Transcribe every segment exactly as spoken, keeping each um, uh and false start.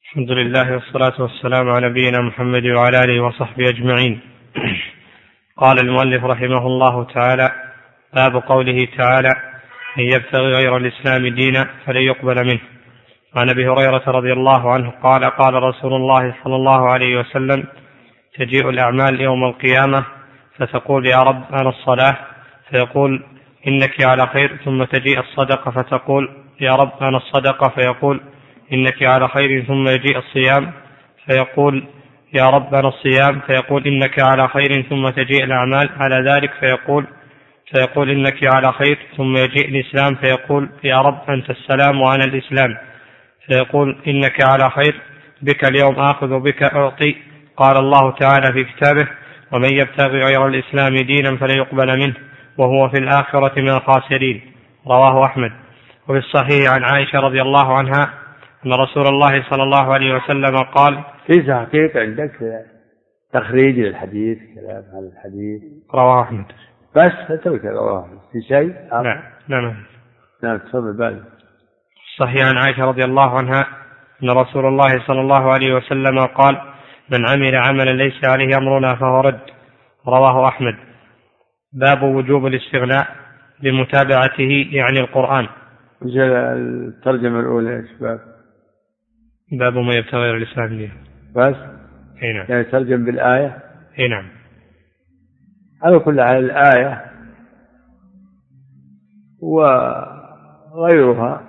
الحمد لله والصلاة والسلام على نبينا محمد وعلى آله وصحبه أجمعين. قال المؤلف رحمه الله تعالى: باب قوله تعالى: من يبتغي غير الإسلام دينا فلن يقبل منه. عن أبي هريرة رضي الله عنه قال: قال رسول الله صلى الله عليه وسلم: تجيء الأعمال يوم القيامة فتقول يا رب أنا الصلاة، فيقول إنك على خير، ثم تجيء الصدقة فتقول يا رب أنا الصدقة، فيقول إنك على خير، ثم يجيء الصيام فيقول يا رب أنا الصيام، فيقول إنك على خير، ثم تجيء الأعمال على ذلك فيقول فيقول إنك على خير، ثم يجيء الإسلام فيقول يا رب أنت السلام وأنا الإسلام، فيقول إنك على خير، بك اليوم آخذ وبك أعطي. قال الله تعالى في كتابه: ومن يبتغي غير الإسلام دينا فلن يقبل منه وهو في الآخرة من الخاسرين. رواه أحمد. وفي الصحيح عن عائشة رضي الله عنها أن رسول الله صلى الله عليه وسلم قال: في حقيقة عندك تخريج للحديث، كلام عن الحديث. رواه أحمد. بس ترك رواه في شيء. نعم نعم نعم تفضل. بالي صحيح عن عائشة رضي الله عنها أن رسول الله صلى الله عليه وسلم قال: من عمل عملا ليس عليه أمرنا فهو رد. رواه أحمد. باب وجوب الاستغناء بمتابعته يعني القرآن. الترجمة الأولى يا شباب. باب ما يبتغي غير الإسلام دينا. بس نعم. يعني ترجم بالآية. نعم. على كل حال الآية وغيرها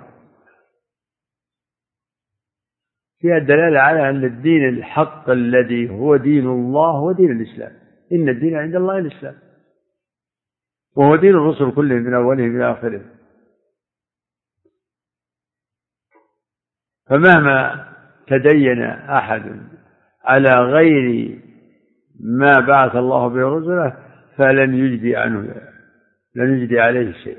فيها الدلالة على أن الدين الحق الذي هو دين الله هو دين الإسلام. إن الدين عند الله الإسلام، وهو دين الرسل كلهم من أولهم إلى آخرهم. فمهما تدين أحد على غير ما بعث الله به رسله فلن يجدي عنه، لن يجدي عليه شيء.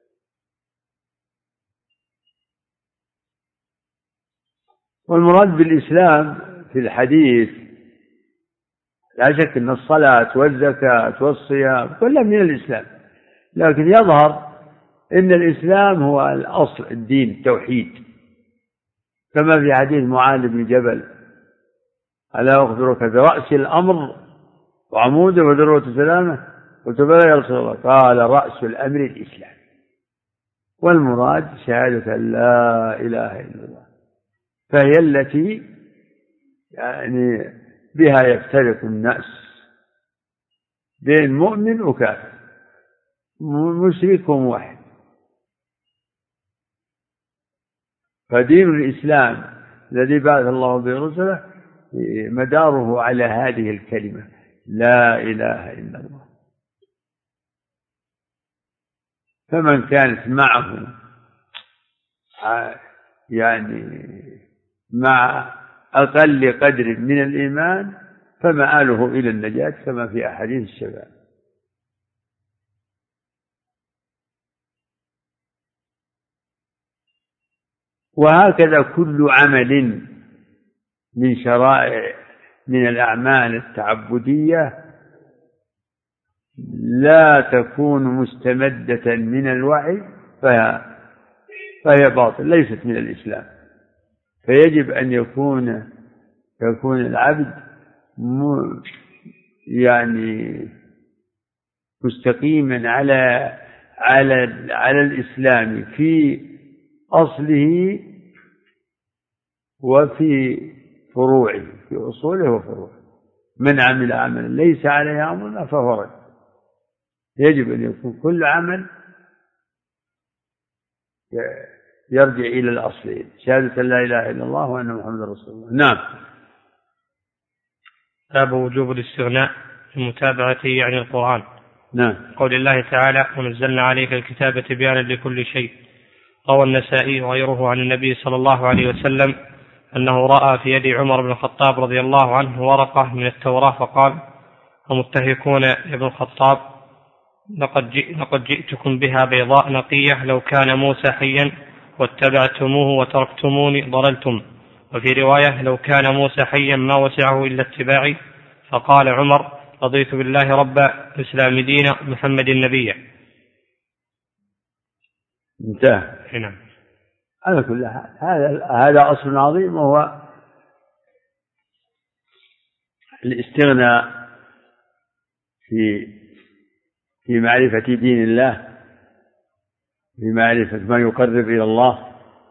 والمراد بالإسلام في الحديث لا شك أن الصلاة والزكاة والصيام كلها من الإسلام، لكن يظهر أن الإسلام هو الأصل، الدين التوحيد، كما في حديث معاذ بن جبل: ألا أخبرك برأس الأمر وعموده وذروة سلامه؟ قلت بلى يا رسول الله. قال: رأس الأمر الإسلام. والمراد شهادة لا إله إلا الله، فهي التي يعني بها يفترق الناس بين مؤمن وكافر، مشرك وموحد. فدين الإسلام الذي بعث الله به رسله مداره على هذه الكلمة لا إله إلا الله. فمن كانت معه يعني مع أقل قدر من الإيمان فمآله إلى النجاة، كما في أحاديث الشفاعة. وهكذا كل عمل من شرائع من الأعمال التعبدية لا تكون مستمدة من الوحي فهي, فهي باطل، ليست من الإسلام. فيجب أن يكون يكون العبد يعني مستقيما على على على الإسلام في أصله وفي فروعه، في أصوله وفروعه. من عمل عملا ليس عليه أمرنا فهو رد. يجب أن يكون كل عمل يرجع إلى الأصلين: شهادة لا إله إلا الله وأن محمد رسول الله. نعم. باب وجوب الاستغناء بمتابعته عن القرآن. نعم. قول الله تعالى: ونزلنا عليك الكتاب تبيانا لكل شيء. روى النسائي وغيره عن النبي صلى الله عليه وسلم أنه رأى في يد عمر بن الخطاب رضي الله عنه ورقة من التوراة فقال: أمتهكون يا ابن الخطاب، لقد, جئ لقد جئتكم بها بيضاء نقية، لو كان موسى حيا واتبعتموه وتركتموني ضللتم. وفي رواية: لو كان موسى حيا ما وسعه إلا اتباعي. فقال عمر: رضيت بالله ربا، الإسلام دينا، محمد النبي. انتهى. نعم. على كل حال هذا هذا أصل عظيم، وهو الاستغناء في في معرفة دين الله، في معرفة ما يقرب إلى الله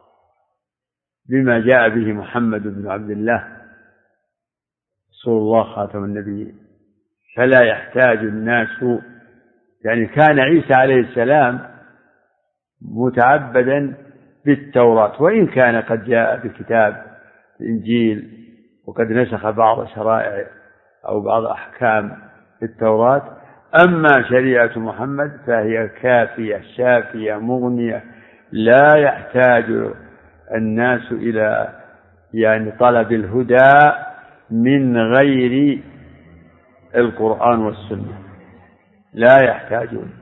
بما جاء به محمد بن عبد الله رسول الله خاتم النبيين. فلا يحتاج الناس، يعني كان عيسى عليه السلام متعبدا بالتوراة، وإن كان قد جاء بكتاب الإنجيل وقد نسخ بعض شرائع أو بعض أحكام التوراة، أما شريعة محمد فهي كافية شافية مغنية، لا يحتاج الناس إلى يعني طلب الهدى من غير القرآن والسنة، لا يحتاجون.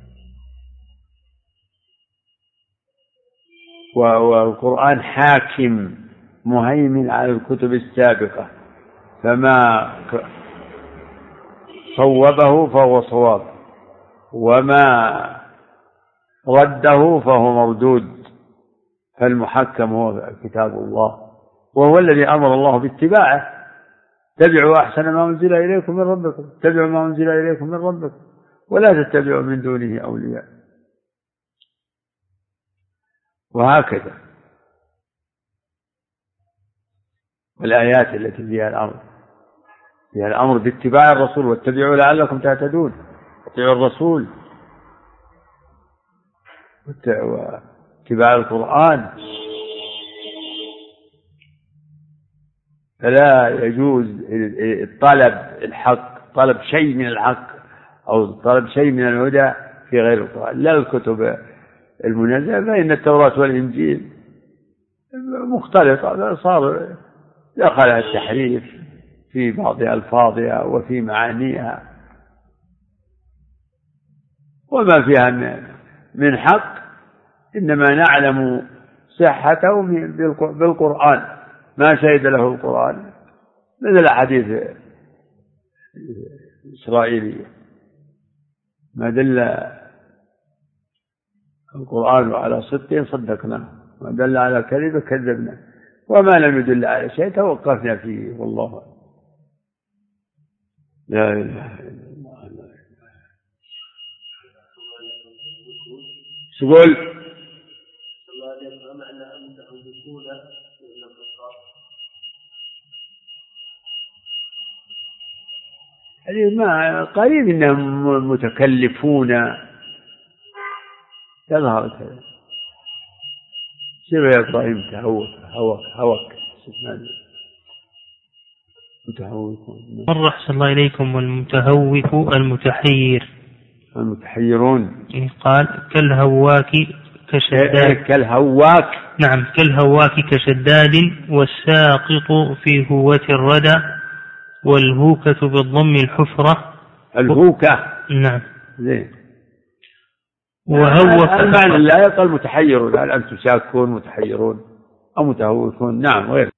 والقرآن حاكم مهيمن على الكتب السابقة، فما صوبه فهو صواب، وما رده فهو مردود. فالمحكم هو كتاب الله، وهو الذي أمر الله باتباعه. اتبعوا أحسن ما أنزل إليكم من ربكم، اتبعوا ما أنزل إليكم من ربكم ولا تتبعوا من دونه أولياء. وهكذا والآيات التي فيها الأمر فيها الأمر باتباع الرسول، واتبعوا لعلكم تهتدون، اتبعوا الرسول واتباع القرآن. فلا يجوز طلب الحق، طلب شيء من الحق أو طلب شيء من الهدى في غير القرآن، لا الكتب المنزلة، فإن التوراة والإنجيل مختلطة، صار دخلها التحريف في بعض ألفاظها وفي معانيها، وما فيها من حق إنما نعلم صحته بالقرآن، ما شهد له القرآن، مثل حديث إسرائيلي ما دل القرآن على صدقه صدقناه، ما دل على كذبه كذبنا، وما لم يدل على شيء توقفنا فيه. والله لا إله إلا الله. تقول هذه ما قريب إنهم متكلفون، يظهر كذا. سير يا إبراهيم تهوك هوك هوك متهوكون. مرة أحسن الله إليكم. والمتهوك المتحير، المتحيرون قال كالهواك كشداد. كالهواك نعم، كالهواك كشداد، والساقط في هوة الردى، والهوكة بالضم الحفرة. الهوكة نعم زين. وهوك المعنى لا يقال متحيرون، هل أنتم شاكون متحيرون أو متهوكون؟ نعم غير